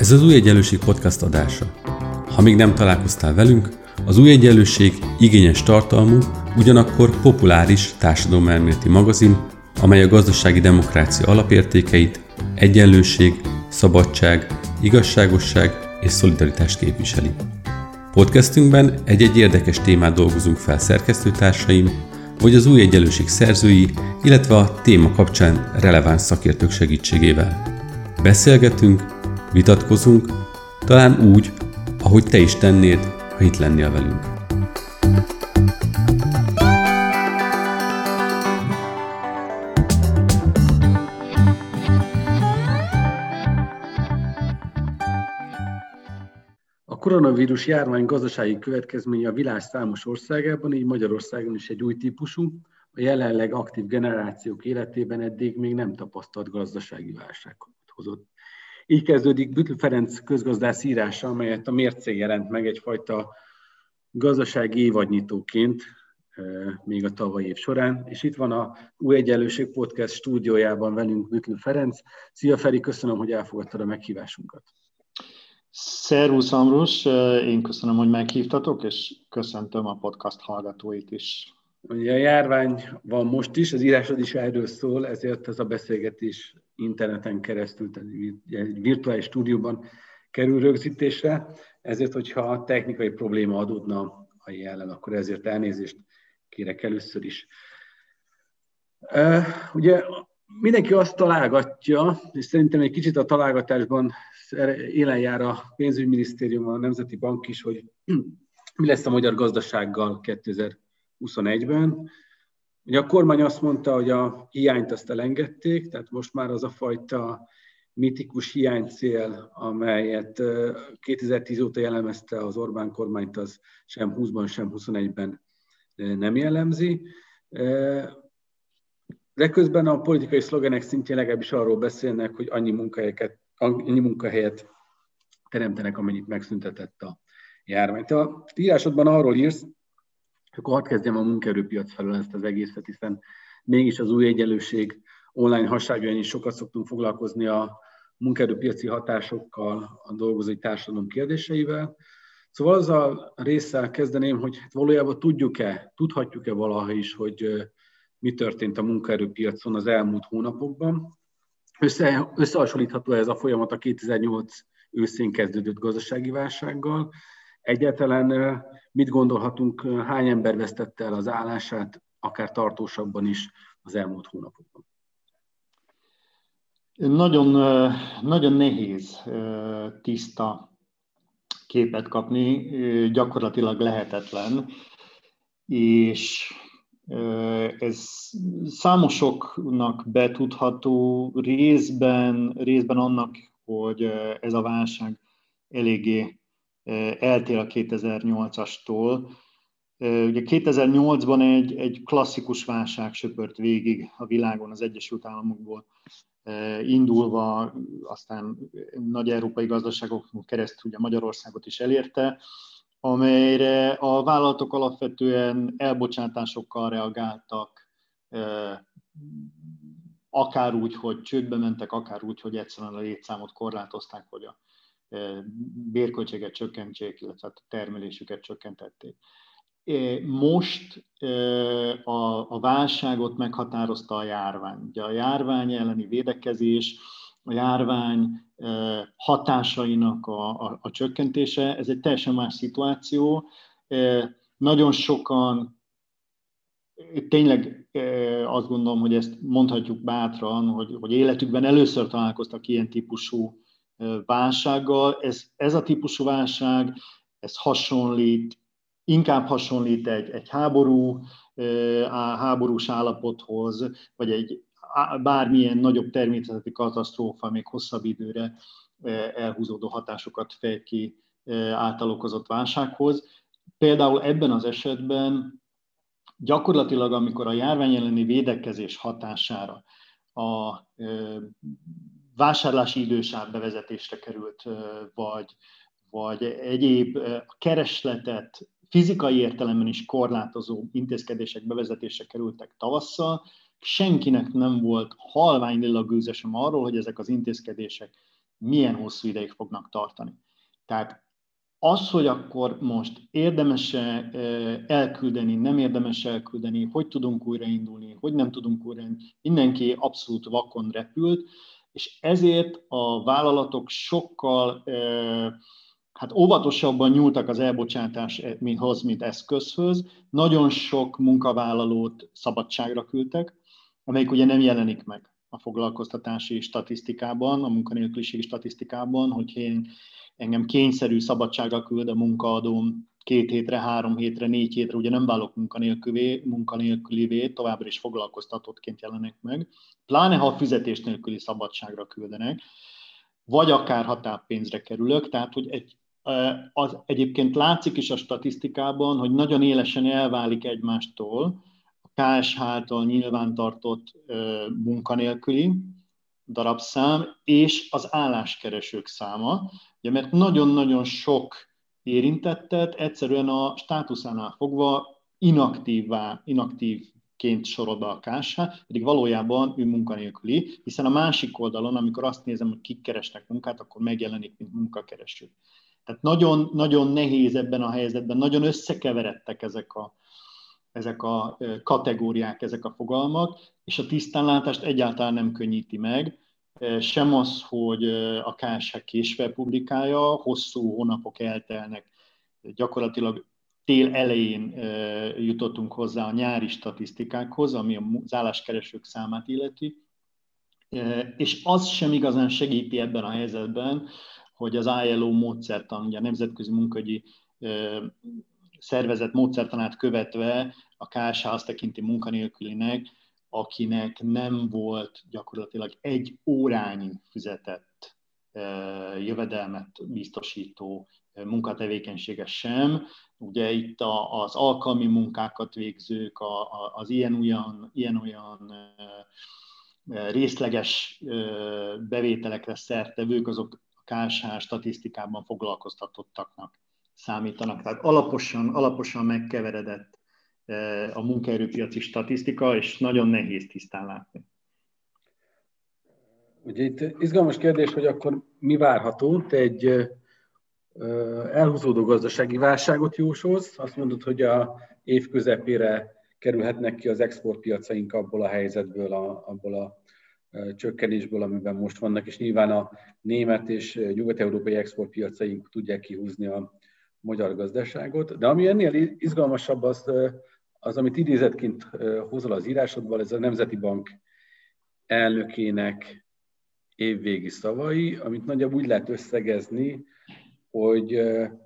Ez az Új Egyenlőség podcast adása. Ha még nem találkoztál velünk, az Új Egyenlőség igényes tartalmú, ugyanakkor populáris társadalomelméleti magazin, amely a gazdasági demokrácia alapértékeit, egyenlőség, szabadság, igazságosság és szolidaritást képviseli. Podcastünkben egy-egy érdekes témát dolgozunk fel szerkesztőtársaim, vagy az Új Egyenlőség szerzői, illetve a téma kapcsán releváns szakértők segítségével. Beszélgetünk, vitatkozunk, talán úgy, ahogy te is tennéd, ha itt lennél velünk. A koronavírus járvány gazdasági következménye a világ számos országában, így Magyarországon is egy új típusú, a jelenleg aktív generációk életében eddig még nem tapasztalt gazdasági válságot hozott. Így kezdődik Bütl Ferenc közgazdász írása, amelyet a Mércén jelent meg egyfajta gazdasági évadnyitóként még a tavalyi év során. És itt van a Új Egyenlőség podcast stúdiójában velünk Bütl Ferenc. Szia Feri, köszönöm, hogy elfogadtad a meghívásunkat. Szervusz Ambrus, én köszönöm, hogy meghívtatok, és köszöntöm a podcast hallgatóit is. Ugye a járvány van most is, az írásod is erről szól, ezért ez a beszélgetés interneten keresztül, tehát egy virtuális stúdióban kerül rögzítésre, ezért, hogyha technikai probléma adódna a jellel, akkor ezért elnézést kérek először is. Ugye mindenki azt találgatja, és szerintem egy kicsit a találgatásban élen jár a pénzügyminisztérium, a Nemzeti Bank is, hogy mi lesz a magyar gazdasággal 2021-ben. Ugye a kormány azt mondta, hogy a hiányt azt elengedték, tehát most már az a fajta mitikus hiánycél, amelyet 2010 óta jellemezte az Orbán kormányt, az sem 20-ban, sem 21-ben nem jellemzi. De közben a politikai szlogenek szintjén legalábbis arról beszélnek, hogy annyi munkahelyet teremtenek, amennyit megszüntetett a járvány. Te a írásodban arról írsz, akkor hadd kezdjem a munkaerőpiac felől ezt az egészet, hiszen mégis az Új Egyenlőség online hasságjain is sokat szoktunk foglalkozni a munkaerőpiaci hatásokkal, a dolgozói társadalom kérdéseivel. Szóval azzal a résszel kezdeném, hogy valójában tudhatjuk-e valaha is, hogy mi történt a munkaerőpiacon az elmúlt hónapokban. Összehasonlítható ez a folyamat a 2008 őszén kezdődött gazdasági válsággal. Egyáltalán mit gondolhatunk, hány ember vesztette el az állását, akár tartósabban is az elmúlt hónapokban? Nagyon nehéz tiszta képet kapni, gyakorlatilag lehetetlen, és ez számosoknak betudható, részben annak, hogy ez a válság eléggé eltér a 2008-astól. Ugye 2008-ban egy klasszikus válság söpört végig a világon, az Egyesült Államokból indulva, aztán nagy európai gazdaságokon keresztül ugye Magyarországot is elérte, amelyre a vállalatok alapvetően elbocsátásokkal reagáltak, akár úgy, hogy csődbe mentek, akár úgy, hogy egyszerűen a létszámot korlátozták, hogy a bérköltséget csökkentsék, illetve a termelésüket csökkentették. Most a válságot meghatározta a járvány. Ugye a járvány elleni védekezés, a járvány hatásainak a csökkentése, ez egy teljesen más szituáció. Nagyon sokan, tényleg azt gondolom, hogy ezt mondhatjuk bátran, hogy életükben először találkoztak ilyen típusú válsággal. Ez a típusú válság, ez inkább hasonlít egy háborús állapothoz, vagy egy bármilyen nagyobb természeti katasztrófa, még hosszabb időre elhúzódó hatásokat fejt ki által okozott válsághoz. Például ebben az esetben gyakorlatilag, amikor a járvány elleni védekezés hatására a vásárlási idősáv bevezetésre került, vagy egyéb keresletet fizikai értelemben is korlátozó intézkedések bevezetésre kerültek tavasszal, senkinek nem volt halvány lilla gőze sem arról, hogy ezek az intézkedések milyen hosszú ideig fognak tartani. Tehát az, hogy akkor most érdemes-e elküldeni, nem érdemes elküldeni, hogy tudunk újraindulni, hogy nem tudunk újraindulni, mindenki abszolút vakon repült, és ezért a vállalatok sokkal óvatosabban nyúltak az elbocsátáshoz, mint eszközhöz. Nagyon sok munkavállalót szabadságra küldtek, amelyik ugye nem jelenik meg a foglalkoztatási statisztikában, a munkanélküliségi statisztikában, hogy engem kényszerű szabadságra küld a munkaadóm 2 hétre, 3 hétre, 4 hétre, ugye nem válok munkanélkülivé, továbbra is foglalkoztatottként jelenek meg, pláne ha a fizetés nélküli szabadságra küldenek, vagy akár határpénzre kerülök, tehát hogy az egyébként látszik is a statisztikában, hogy nagyon élesen elválik egymástól a KSH által nyilvántartott munkanélküli darabszám és az álláskeresők száma, ugye, mert nagyon-nagyon sok érintettet egyszerűen a státuszánál fogva inaktívként sorol be a KSH, pedig valójában ő munkanélküli, hiszen a másik oldalon, amikor azt nézem, hogy kik keresnek munkát, akkor megjelenik, mint munkakereső. Tehát nagyon, nagyon nehéz ebben a helyzetben, nagyon összekeveredtek ezek a kategóriák, ezek a fogalmak, és a tisztánlátást egyáltalán nem könnyíti meg. Sem az, hogy a KSH késve publikálja, hosszú hónapok eltelnek, gyakorlatilag tél elején jutottunk hozzá a nyári statisztikákhoz, ami az álláskeresők számát illeti, és az sem igazán segíti ebben a helyzetben, hogy az ILO módszertan, ugye a Nemzetközi Munkaügyi Szervezet módszertanát követve a KSH azt tekinti munkanélkülinek, akinek nem volt gyakorlatilag egy órányi fizetett jövedelmet biztosító munkatevékenysége sem. Ugye itt az alkalmi munkákat végzők, az ilyen-olyan részleges bevételekre szertevők, azok a KSH statisztikában foglalkoztatottaknak számítanak. Tehát alaposan megkeveredett a munkaerőpiaci statisztika, és nagyon nehéz tisztán látni. Ugye itt izgalmas kérdés, hogy akkor mi várható? Te egy elhúzódó gazdasági válságot jósolsz, azt mondod, hogy a év közepére kerülhetnek ki az exportpiacaink abból a helyzetből, abból a csökkenésből, amiben most vannak, és nyilván a német és nyugat-európai exportpiacaink tudják kihúzni a magyar gazdaságot. De ami ennél izgalmasabb, az amit idézetként hozol az írásodban, ez a Nemzeti Bank elnökének évvégi szavai, amit nagyjából úgy lehet összegezni, hogy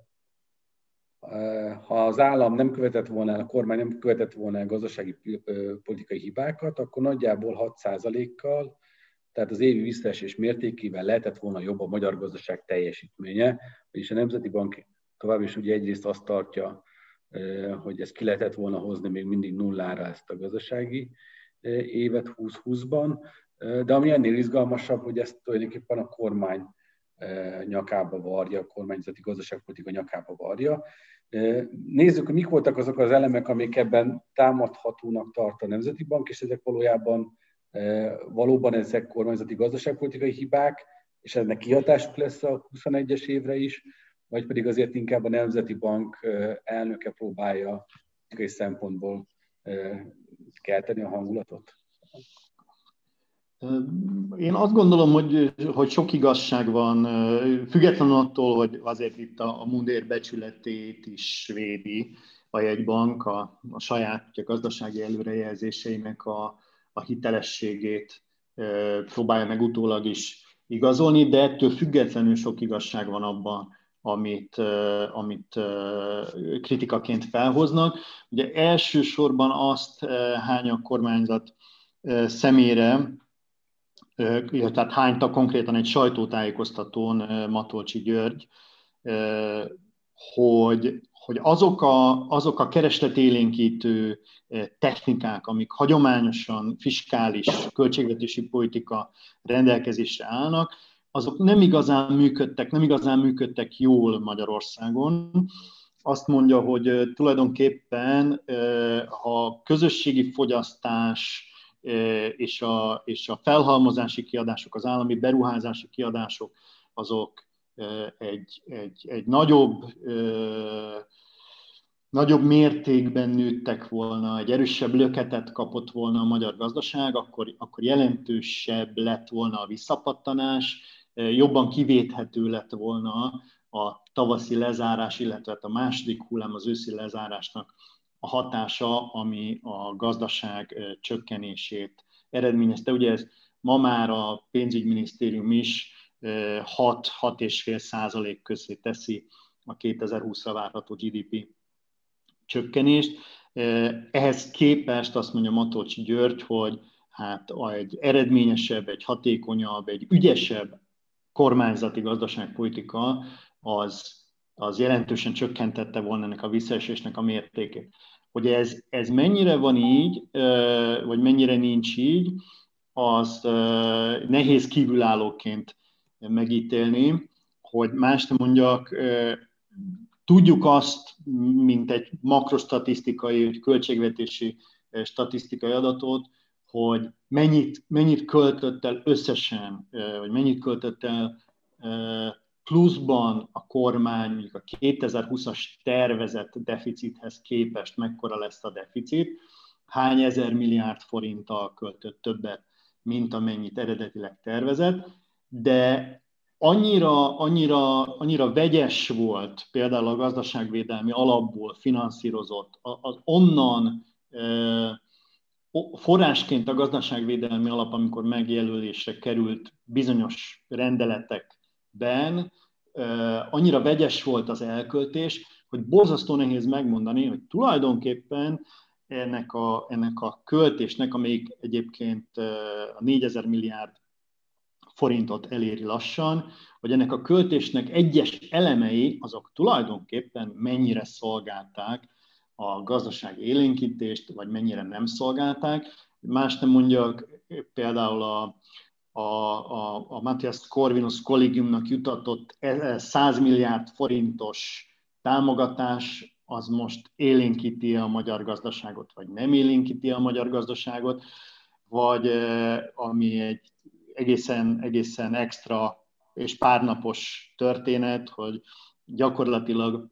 ha az állam nem követett volna, a kormány nem követett volna a gazdasági politikai hibákat, akkor nagyjából 6%-kal, tehát az évi visszaesés mértékével lehetett volna jobb a magyar gazdaság teljesítménye, vagyis a Nemzeti Bank tovább is ugye egyrészt azt tartja, hogy ezt ki lehetett volna hozni még mindig nullára ezt a gazdasági évet 2020-ban, de ami ennél izgalmasabb, hogy ezt tulajdonképpen a kormány nyakába varja, a kormányzati gazdaságpolitika nyakába varja. Nézzük, hogy mik voltak azok az elemek, amik ebben támadhatónak tart a Nemzeti Bank, és ezek valóban ezek kormányzati gazdaságpolitikai hibák, és ennek kihatásuk lesz a 21-es évre is, vagy pedig azért inkább a Nemzeti Bank elnöke próbálja politikai szempontból kelteni a hangulatot? Én azt gondolom, hogy sok igazság van, függetlenül attól, hogy azért itt a mundér becsületét is védi a jegybank, a saját gazdasági előrejelzéseinek a hitelességét próbálja meg utólag is igazolni, de ettől függetlenül sok igazság van abban, amit kritikaként felhoznak. Ugye elsősorban azt hány a kormányzat szemére, tehát hányta konkrétan egy sajtótájékoztatón Matolcsy György, hogy azok a keresletélénkítő technikák, amik hagyományosan fiskális, költségvetési politika rendelkezésre állnak, azok nem igazán működtek jól Magyarországon. Azt mondja, hogy tulajdonképpen a közösségi fogyasztás és a felhalmozási kiadások, az állami beruházási kiadások azok egy nagyobb mértékben nőttek volna, egy erősebb löketet kapott volna a magyar gazdaság, akkor jelentősebb lett volna a visszapattanás, jobban kivéthető lett volna a tavaszi lezárás, illetve a második hullám, az őszi lezárásnak a hatása, ami a gazdaság csökkenését eredményezte. Ugye ez ma már a pénzügyminisztérium is 6-6,5% közé teszi a 2020-ra várható GDP csökkenést. Ehhez képest azt mondja Matolcsy György, hogy hát egy eredményesebb, egy hatékonyabb, egy ügyesebb kormányzati gazdaságpolitika az jelentősen csökkentette volna ennek a visszaesésnek a mértékét. Hogy ez mennyire van így, vagy mennyire nincs így, az nehéz kívülállóként megítélni, hogy más nem mondjak, tudjuk azt, mint egy makrostatisztikai, költségvetési statisztikai adatot, hogy mennyit költött el összesen, vagy mennyit költött el pluszban a kormány, mondjuk a 2020-as tervezett deficithez képest mekkora lesz a deficit, hány ezer milliárd forinttal költött többet, mint amennyit eredetileg tervezett, de annyira vegyes volt például a gazdaságvédelmi alapból finanszírozott, az onnan forrásként a gazdaságvédelmi alap, amikor megjelölésre került bizonyos rendeletekben, annyira vegyes volt az elköltés, hogy borzasztó nehéz megmondani, hogy tulajdonképpen ennek a költésnek, amelyik egyébként a 4000 milliárd forintot eléri lassan, hogy ennek a költésnek egyes elemei azok tulajdonképpen mennyire szolgálták a gazdaság élénkítést, vagy mennyire nem szolgálták. Más nem mondjak, például a Matthias Corvinus kollégiumnak jutatott 100 milliárd forintos támogatás, az most élénkíti a magyar gazdaságot, vagy nem élénkíti a magyar gazdaságot, vagy ami egy egészen extra és párnapos történet, hogy gyakorlatilag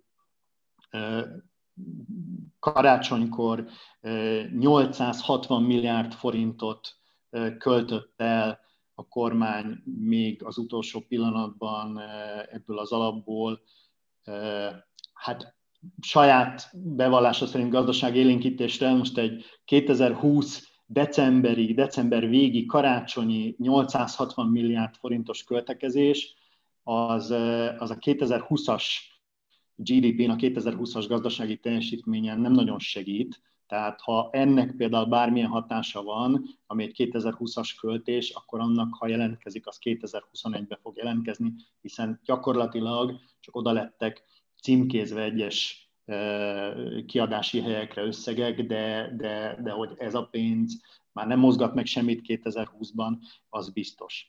karácsonykor 860 milliárd forintot költött el a kormány még az utolsó pillanatban ebből az alapból, hát saját bevallása szerint gazdaságélénkítésre. Most egy 2020 december végi karácsonyi 860 milliárd forintos költekezés, az a 2020-as GDP-n, a 2020-as gazdasági teljesítményen nem nagyon segít. Tehát ha ennek például bármilyen hatása van, ami egy 2020-as költés, akkor annak, ha jelentkezik, az 2021-ben fog jelentkezni, hiszen gyakorlatilag csak oda lettek címkézve egyes kiadási helyekre összegek, de hogy ez a pénz már nem mozgat meg semmit 2020-ban, az biztos.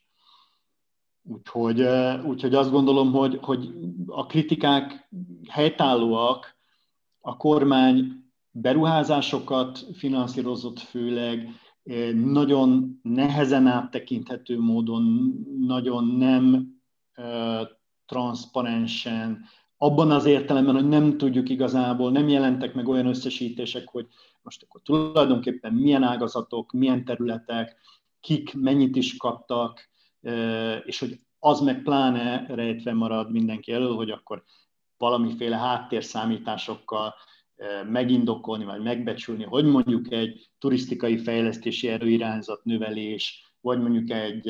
Úgyhogy azt gondolom, hogy a kritikák helytállóak, a kormány beruházásokat finanszírozott főleg, nagyon nehezen áttekinthető módon, nagyon nem transzparensen, abban az értelemben, hogy nem tudjuk igazából, nem jelentek meg olyan összesítések, hogy most akkor tulajdonképpen milyen ágazatok, milyen területek, kik mennyit is kaptak, és hogy az meg pláne rejtve marad mindenki elől, hogy akkor valamiféle háttérszámításokkal megindokolni, vagy megbecsülni, hogy mondjuk egy turisztikai fejlesztési erőirányzat növelés, vagy mondjuk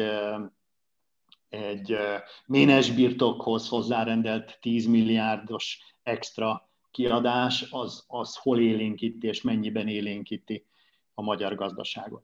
egy ménesbirtokhoz hozzárendelt 10 milliárdos extra kiadás, az hol élénkíti és mennyiben élénkíti a magyar gazdaságot.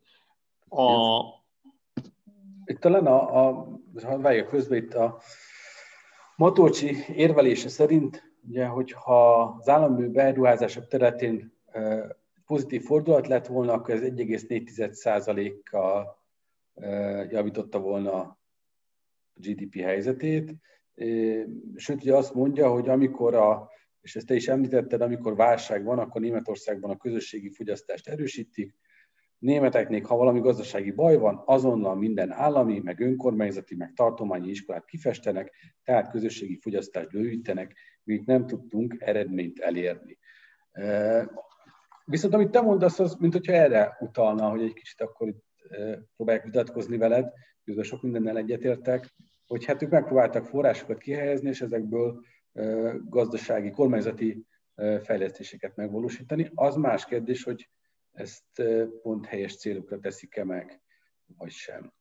Itt talán ha vágja közben, itt a Matolcsy érvelése szerint, ugye, hogyha az állami beruházások területén pozitív fordulat lett volna, akkor ez 1,4%-kal javította volna a GDP helyzetét. Sőt, ugye azt mondja, hogy amikor és ezt te is említetted, amikor válság van, akkor Németországban a közösségi fogyasztást erősítik, Németeknél, ha valami gazdasági baj van, azonnal minden állami, meg önkormányzati, meg tartományi iskolát kifestenek, tehát közösségi fogyasztást bővítenek, mi itt nem tudtunk eredményt elérni. Viszont amit te mondasz, az, mint hogyha erre utalna, hogy egy kicsit akkor itt próbálják vitatkozni veled, közben sok mindennel egyetértek, hogy hát ők megpróbáltak forrásokat kihelyezni, és ezekből gazdasági, kormányzati fejlesztéseket megvalósítani. Az más kérdés, hogy ezt pont helyes célokra teszik-e meg, vagy sem.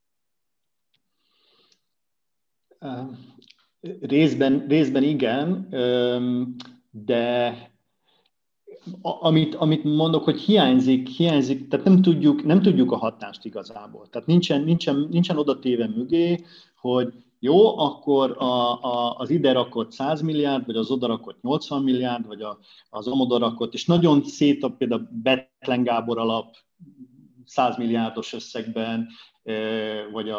Részben igen, de amit mondok, hogy hiányzik, tehát nem tudjuk a hatást igazából. Tehát nincsen oda téve mögé, hogy jó, akkor az ide rakott 100 milliárd, vagy az oda rakott 80 milliárd, vagy az oda rakott, és nagyon szét, például Bethlen Gábor alap 100 milliárdos összegben, vagy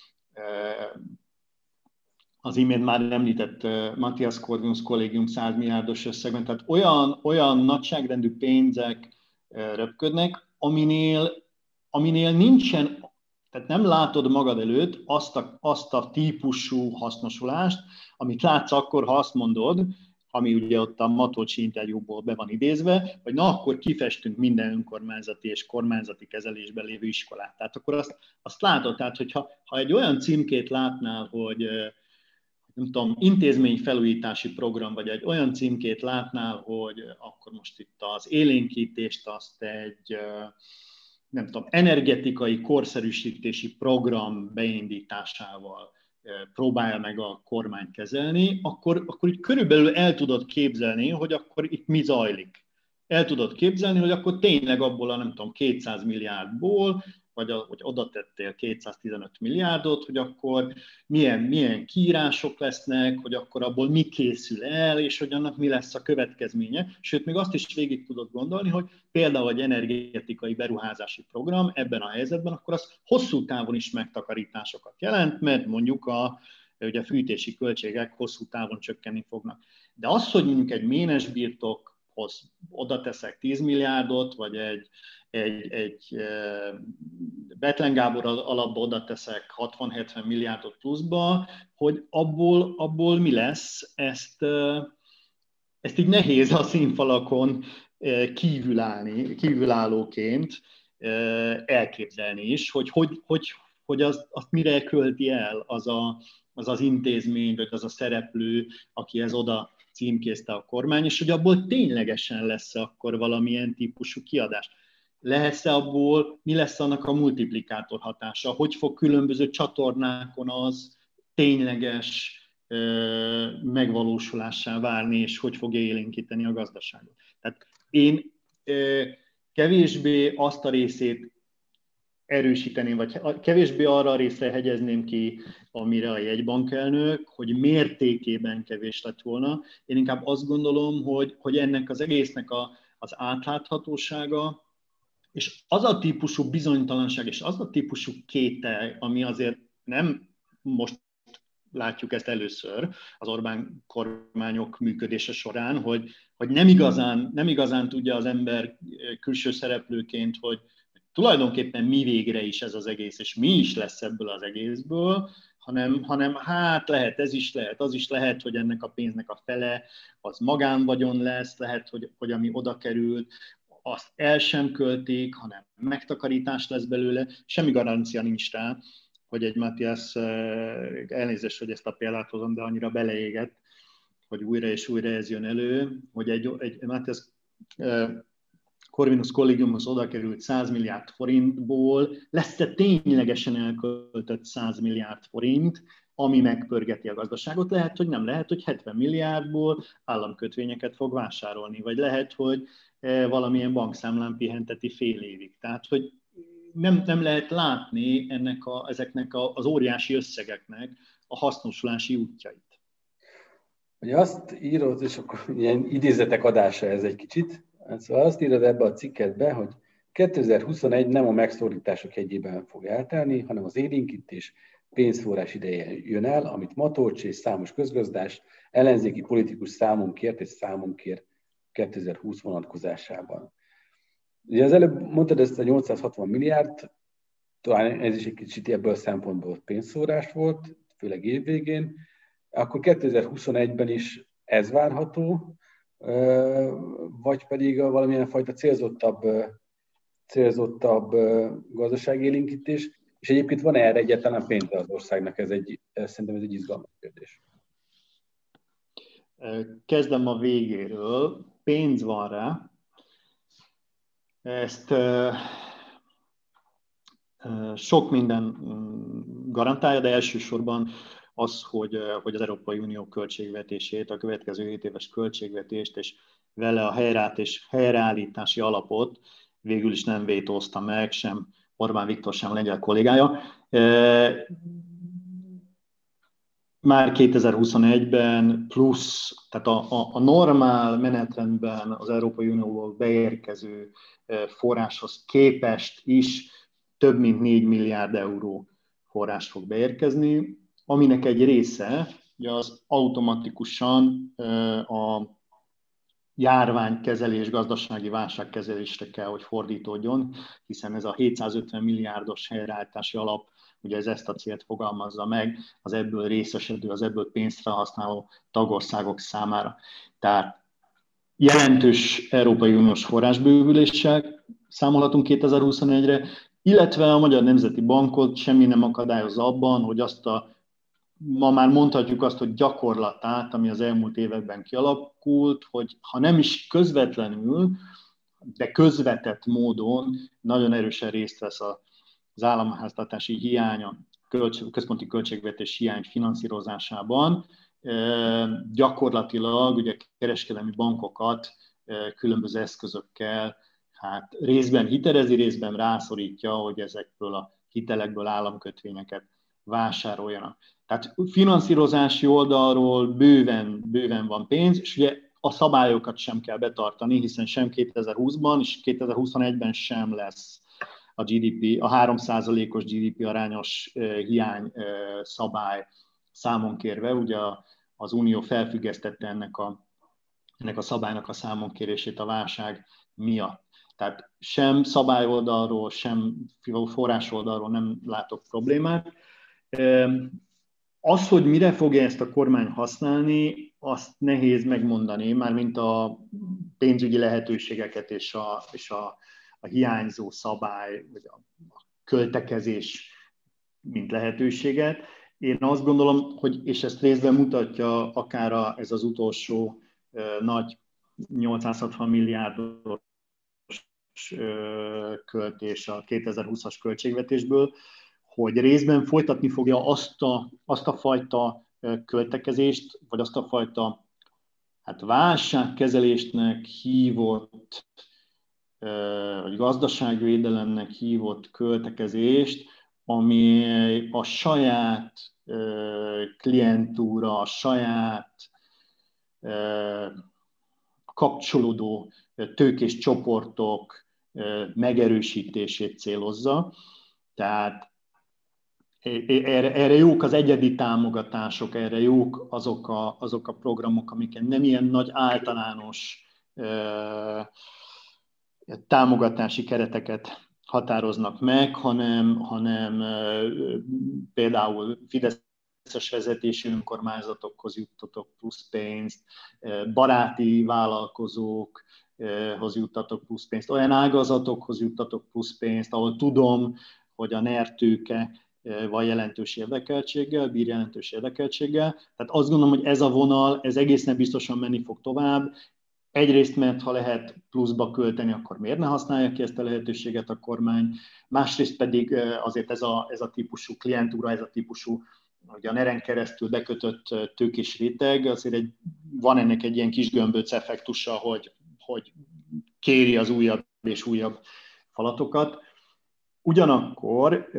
az imént már említett Matthias Corvinus kollégium 100 milliárdos összegben, tehát olyan nagyságrendű pénzek röpködnek, aminél nincsen, tehát nem látod magad előtt azt a típusú hasznosulást, amit látsz akkor, ha azt mondod, ami ugye ott a Matolcsi interjúból be van idézve, hogy na akkor kifestünk minden önkormányzati és kormányzati kezelésben lévő iskolát. Tehát akkor azt látod, tehát hogyha egy olyan címkét látnál, hogy nem tudom, intézményfelújítási program, vagy egy olyan címkét látnál, hogy akkor most itt az élénkítést azt egy, nem tudom, energetikai korszerűsítési program beindításával próbálja meg a kormány kezelni, akkor így körülbelül el tudod képzelni, hogy akkor itt mi zajlik. El tudod képzelni, hogy akkor tényleg abból a, nem tudom, 200 milliárdból, vagy hogy oda tettél 215 milliárdot, hogy akkor milyen kiírások lesznek, hogy akkor abból mi készül el, és hogy annak mi lesz a következménye. Sőt, még azt is végig tudod gondolni, hogy például egy energetikai beruházási program ebben a helyzetben, akkor az hosszú távon is megtakarításokat jelent, mert mondjuk ugye a fűtési költségek hosszú távon csökkenni fognak. De az, hogy mondjuk egy ménes birtokhoz oda teszek 10 milliárdot, vagy egy Bethlen Gábor alapba oda teszek 60-70 milliárdot pluszba, hogy abból mi lesz, ezt így nehéz a színfalakon kívülállóként elképzelni is, hogy azt mire költi el az intézmény, vagy az a szereplő, akihez oda címkézte a kormány, és hogy abból ténylegesen lesz akkor valamilyen típusú kiadás. Lesz-e abból, mi lesz annak a multiplikátor hatása, hogy fog különböző csatornákon az tényleges megvalósulássá válni, és hogy fogja élénkíteni a gazdaságot. Tehát én kevésbé azt a részét erősíteném, vagy kevésbé arra a részre hegyezném ki, amire a jegybankelnök, hogy mértékében kevés lett volna. Én inkább azt gondolom, hogy ennek az egésznek az átláthatósága, és az a típusú bizonytalanság, és az a típusú kétel, ami azért nem most látjuk ezt először az Orbán kormányok működése során, hogy nem igazán tudja az ember külső szereplőként, hogy tulajdonképpen mi végre is ez az egész, és mi is lesz ebből az egészből, hanem hát lehet ez is lehet, az is lehet, hogy ennek a pénznek a fele az magánvagyon lesz, lehet, hogy ami oda került, azt el sem költik, hanem megtakarítás lesz belőle, semmi garancia nincs rá, hogy egy Matthias, elnézést, hogy ezt a példát hozom, de annyira beleégett, hogy újra és újra ez jön elő, hogy egy Matthias Corvinus kollégiumhoz oda került 100 milliárd forintból, lesz-e ténylegesen elköltött 100 milliárd forint, ami megpörgeti a gazdaságot. Lehet, hogy nem, lehet, hogy 70 milliárdból államkötvényeket fog vásárolni, vagy lehet, hogy valamilyen bankszámlán pihenteti fél évig. Tehát, hogy nem lehet látni ezeknek az óriási összegeknek a hasznosulási útjait. Ugye azt írod, és akkor ilyen idézetek adása ez egy kicsit, szóval azt írod ebbe a cikketbe, hogy 2021 nem a megszorítások hegyében fog eltelni, hanem az élénkítés pénzforrás ideje jön el, amit Matolcsi és számos közgazdás, ellenzéki politikus számon kért 2020 vonatkozásában. Ugye az előbb mondtad ezt a 860 milliárd, talán ez is egy kicsit ebből a szempontból pénzszórás volt, főleg évvégén. Akkor 2021-ben is ez várható, vagy pedig valamilyen fajta célzottabb gazdaságélénkítés, és egyébként van erre egyáltalán pénze az országnak, szerintem ez egy izgalmas kérdés. Kezdem a végéről. Pénz van rá. Ezt sok minden garantálja, de elsősorban az, hogy az Európai Unió költségvetését, a következő 7 éves költségvetést és vele a helyreállítási alapot végül is nem vétózta meg, sem Orbán Viktor, sem a lengyel kollégája. Már 2021-ben plusz, tehát a normál menetrendben az Európai Unióból beérkező forráshoz képest is több mint 4 milliárd euró forrás fog beérkezni, aminek egy része ugye az automatikusan a járványkezelés, gazdasági válságkezelésre kell, hogy fordítódjon, hiszen ez a 750 milliárdos helyreállítási alap, ugye ez ezt a célt fogalmazza meg az ebből részesedő, az ebből pénzt felhasználó tagországok számára. Tehát jelentős Európai Uniós forrásbővüléssel számolhatunk 2021-re, illetve a Magyar Nemzeti Bankot semmi nem akadályozza abban, hogy ma már mondhatjuk azt, hogy gyakorlatát, ami az elmúlt években kialakult, hogy ha nem is közvetlenül, de közvetett módon nagyon erősen részt vesz az államháztartási hiány, a központi költségvetés hiány finanszírozásában, gyakorlatilag ugye kereskedelmi bankokat különböző eszközökkel részben hitelezi, részben rászorítja, hogy ezekből a hitelekből államkötvényeket vásároljanak. Tehát finanszírozási oldalról bőven van pénz, és ugye a szabályokat sem kell betartani, hiszen sem 2020-ban és 2021-ben sem lesz a GDP, a 3%-os GDP arányos hiány szabály számon kérve. Ugye az Unió felfüggesztette ennek a szabálynak a számonkérését a válság miatt. Tehát sem szabályoldalról, sem forrásoldalról nem látok problémát. Az, hogy mire fogja ezt a kormány használni, azt nehéz megmondani, mármint a pénzügyi lehetőségeket és a hiányzó szabály, vagy a költekezés, mint lehetőséget. Én azt gondolom, hogy, és ezt részben mutatja akár ez az utolsó nagy 860 milliárdos költés a 2020-as költségvetésből, hogy részben folytatni fogja azt a fajta költekezést, vagy azt a fajta válságkezelésnek hívott, vagy gazdaságvédelemnek hívott költekezést, ami a saját klientúra, a saját kapcsolódó tőkés csoportok megerősítését célozza. Tehát erre jók az egyedi támogatások, erre jók azok a programok, amiken nem ilyen nagy általános támogatási kereteket határoznak meg, hanem például fideszes vezetésű önkormányzatokhoz juttatok plusz pénzt, baráti vállalkozókhoz juttatok plusz pénzt, olyan ágazatokhoz juttatok plusz pénzt, ahol tudom, hogy a NER tőke van jelentős érdekeltséggel, bír jelentős érdekeltséggel. Tehát azt gondolom, hogy ez a vonal, ez egészen biztosan menni fog tovább. Egyrészt, mert ha lehet pluszba költeni, akkor miért ne használja ki ezt a lehetőséget a kormány. Másrészt pedig azért ez a típusú klientúra, ez a típusú, ugye a NER-en keresztül bekötött tőkés réteg, azért van ennek egy ilyen kis gömböc effektusa, hogy kéri az újabb és újabb falatokat. Ugyanakkor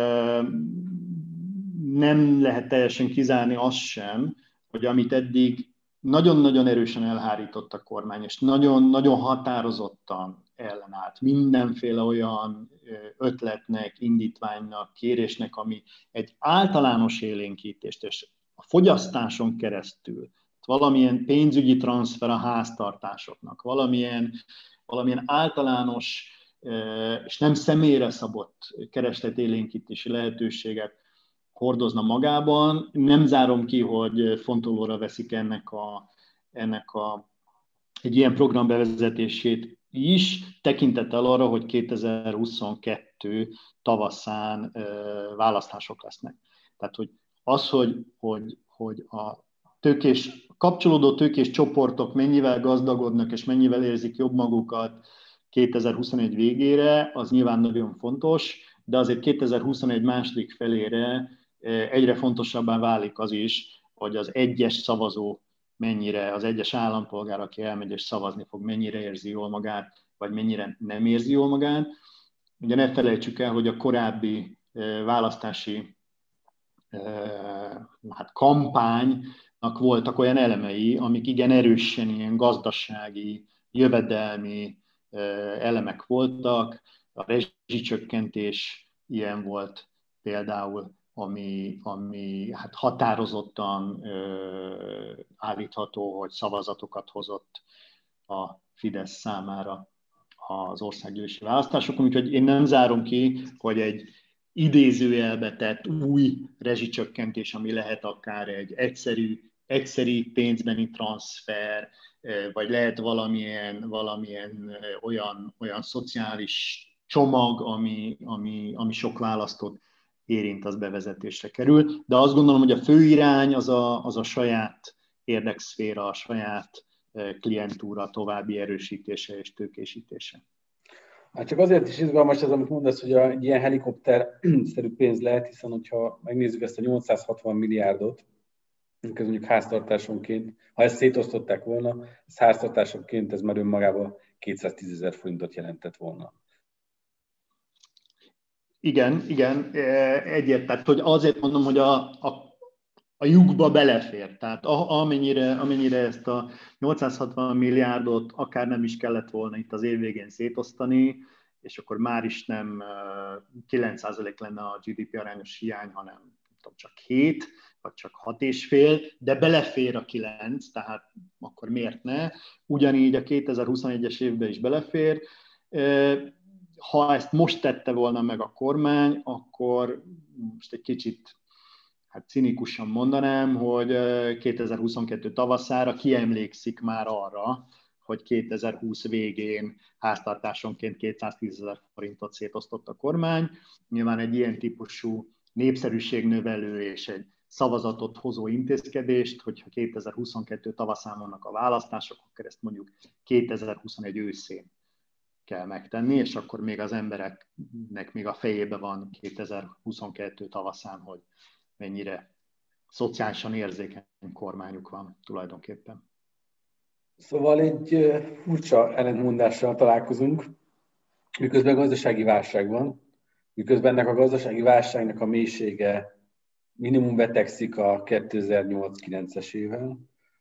nem lehet teljesen kizárni azt sem, hogy amit eddig nagyon-nagyon erősen elhárított a kormány, és nagyon-nagyon határozottan ellenállt mindenféle olyan ötletnek, indítványnak, kérésnek, ami egy általános élénkítést, és a fogyasztáson keresztül, valamilyen pénzügyi transfer a háztartásoknak, valamilyen általános és nem személyre szabott keresletélénkítési lehetőséget hordozna magában. Nem zárom ki, hogy fontolóra veszik ennek egy ilyen program bevezetését is, tekintettel arra, hogy 2022 tavaszán választások lesznek. Tehát, hogy az, hogy a kapcsolódó tőkés csoportok mennyivel gazdagodnak és mennyivel érzik jobb magukat 2021 végére, az nyilván nagyon fontos, de azért 2021 második felére egyre fontosabbá válik az is, hogy az egyes szavazó mennyire, az egyes állampolgár, aki elmegy és szavazni fog, mennyire érzi jól magát, vagy mennyire nem érzi jól magát. Ugye ne felejtsük el, hogy a korábbi választási kampánynak voltak olyan elemei, amik igen erősen ilyen gazdasági, jövedelmi elemek voltak. A rezsicsökkentés ilyen volt például, ami hát határozottan állítható, hogy szavazatokat hozott a Fidesz számára az országgyűlési választásokon. Úgyhogy én nem zárom ki, hogy egy idézőjelbe tett új rezsicsökkentés, ami lehet akár egy egyszerű pénzbeni transfer, vagy lehet valamilyen olyan szociális csomag, ami sok választót érint, az bevezetésre kerül. De azt gondolom, hogy a fő irány az a saját érdekszféra, a saját klientúra további erősítése és tőkésítése. Hát csak azért is izgalmas ez, amit mondasz, hogy egy ilyen helikopter-szerű pénz lehet, hiszen hogyha megnézzük ezt a 860 milliárdot, miközben mondjuk háztartásonként, ha ezt szétosztották volna, ez háztartásonként ez már önmagában 210 000 forintot jelentett volna. Igen, egyértelmű, hogy azért mondom, hogy a lyukba belefér. Tehát amennyire ezt a 860 milliárdot akár nem is kellett volna itt az év végén szétosztani, és akkor már is nem 9% lenne a GDP arányos hiány, hanem csak 7, vagy csak 6,5, de belefér a 9, tehát akkor miért ne? Ugyanígy a 2021-es évben is belefér. Ha ezt most tette volna meg a kormány, akkor most egy kicsit cinikusan mondanám, hogy 2022 tavaszára ki emlékszik már arra, hogy 2020 végén háztartásonként 210 000 forintot szétosztott a kormány. Nyilván egy ilyen típusú népszerűségnövelő és egy szavazatot hozó intézkedést, hogyha 2022 tavaszán vannak a választások, akkor ezt mondjuk 2021 őszén kell megtenni, és akkor még az embereknek még a fejében van 2022 tavaszán, hogy mennyire szociálisan érzékeny kormányuk van tulajdonképpen. Szóval egy furcsa ellentmondással találkozunk, miközben gazdasági válság van, miközben ennek a gazdasági válságnak a mélysége minimum betegszik a 2008-9-es évvel,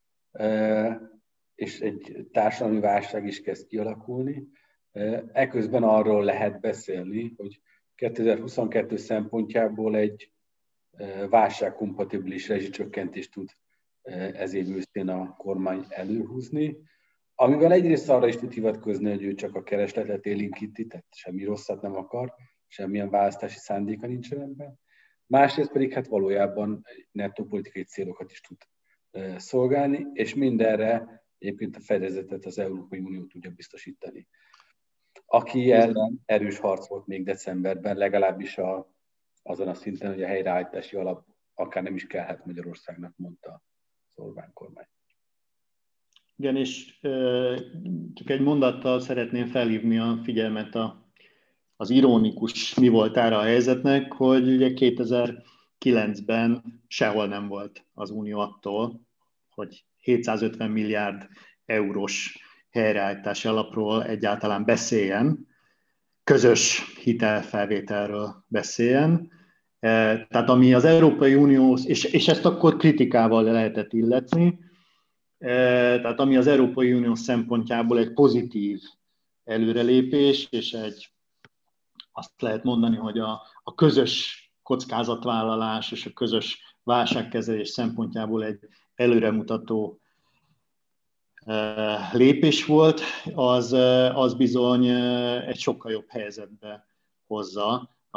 és egy társadalmi válság is kezd kialakulni. Eközben arról lehet beszélni, hogy 2022 szempontjából egy válságkompatibilis rezsicsökkentést tud ez év őszén a kormány előhúzni, amivel egyrészt arra is tud hivatkozni, hogy ő csak a keresletet élénkíti, tehát semmi rosszat nem akar, semmilyen választási szándéka nincsen ebben. Másrészt pedig hát valójában nettó politikai célokat is tud szolgálni, és mindenre egyébként a fedezetet az Európai Unió tudja biztosítani. Aki ellen erős harc volt még decemberben, legalábbis azon a szinten, hogy a helyreállítási alap akár nem is kellhet Magyarországnak, mondta az Orbán kormány. Igen, és csak egy mondattal szeretném felhívni a figyelmet az ironikus mi volt erre a helyzetnek, hogy ugye 2009-ben sehol nem volt az Unió attól, hogy 750 milliárd eurós helyreállítási alapról egyáltalán beszéljen, közös hitelfelvételről beszéljen. Tehát ami az Európai Unió, és ezt akkor kritikával lehetett illetni, tehát ami az Európai Unió szempontjából egy pozitív előrelépés, és azt lehet mondani, hogy a közös kockázatvállalás és a közös válságkezelés szempontjából egy előremutató lépés volt, az bizony egy sokkal jobb helyzetbe hozza a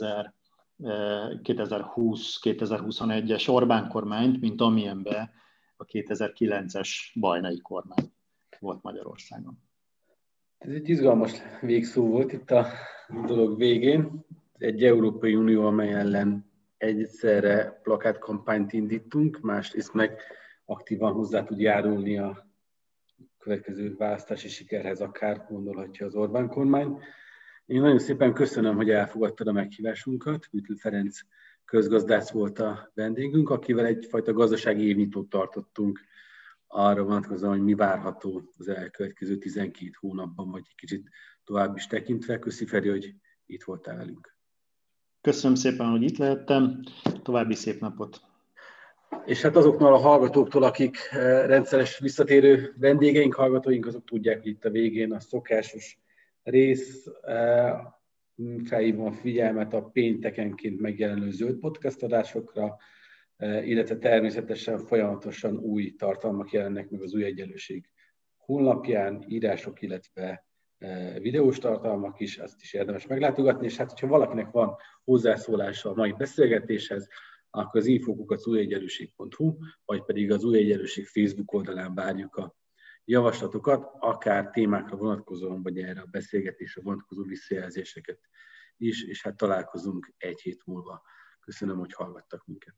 2020-2021-es Orbán kormányt, mint amilyenben a 2009-es Bajnai kormány volt Magyarországon. Ez egy izgalmas végszó volt itt a dolog végén. Egy Európai Unió, amely ellen egyszerre plakátkampányt indítunk, másrészt meg aktívan hozzá tud járulni a következő választási sikerhez, akár gondolhatja az Orbán kormány. Én nagyon szépen köszönöm, hogy elfogadtad a meghívásunkat. Bütl Ferenc közgazdász volt a vendégünk, akivel egyfajta gazdasági évnyitót tartottunk arra vonatkozóan, hogy mi várható az elkövetkező 12 hónapban, vagy egy kicsit tovább is tekintve. Köszi, Feri, hogy itt voltál velünk. Köszönöm szépen, hogy itt lehettem. További szép napot. És hát azoknál a hallgatóktól, akik rendszeres visszatérő vendégeink, hallgatóink, azok tudják, hogy itt a végén a szokásos rész, felhívom a figyelmet a péntekenként megjelenő zöld podcast adásokra, illetve természetesen folyamatosan új tartalmak jelennek meg az Új Egyenlőség honlapján, írások, illetve videós tartalmak is, azt is érdemes meglátogatni, és hát, hogyha valakinek van hozzászólása a mai beszélgetéshez, akkor az info@újegyenlőség.hu, vagy pedig az Új Egyenlőség Facebook oldalán várjuk a javaslatokat, akár témákra vonatkozóan, vagy erre a beszélgetésre vonatkozó visszajelzéseket is, és hát találkozunk egy hét múlva. Köszönöm, hogy hallgattak minket.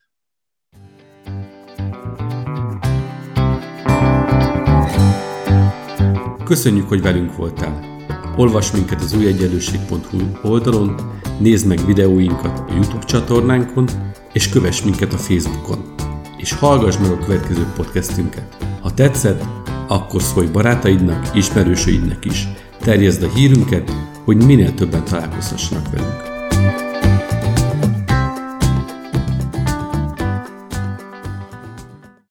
Köszönjük, hogy velünk voltál! Olvasd minket az újegyenlőség.hu oldalon, nézd meg videóinkat a YouTube csatornánkon, és kövess minket a Facebookon. És hallgass meg a következő podcastünket. Ha tetszett, akkor szólj barátaidnak, ismerősöidnek is. Terjeszd a hírünket, hogy minél többen találkozhassanak velünk.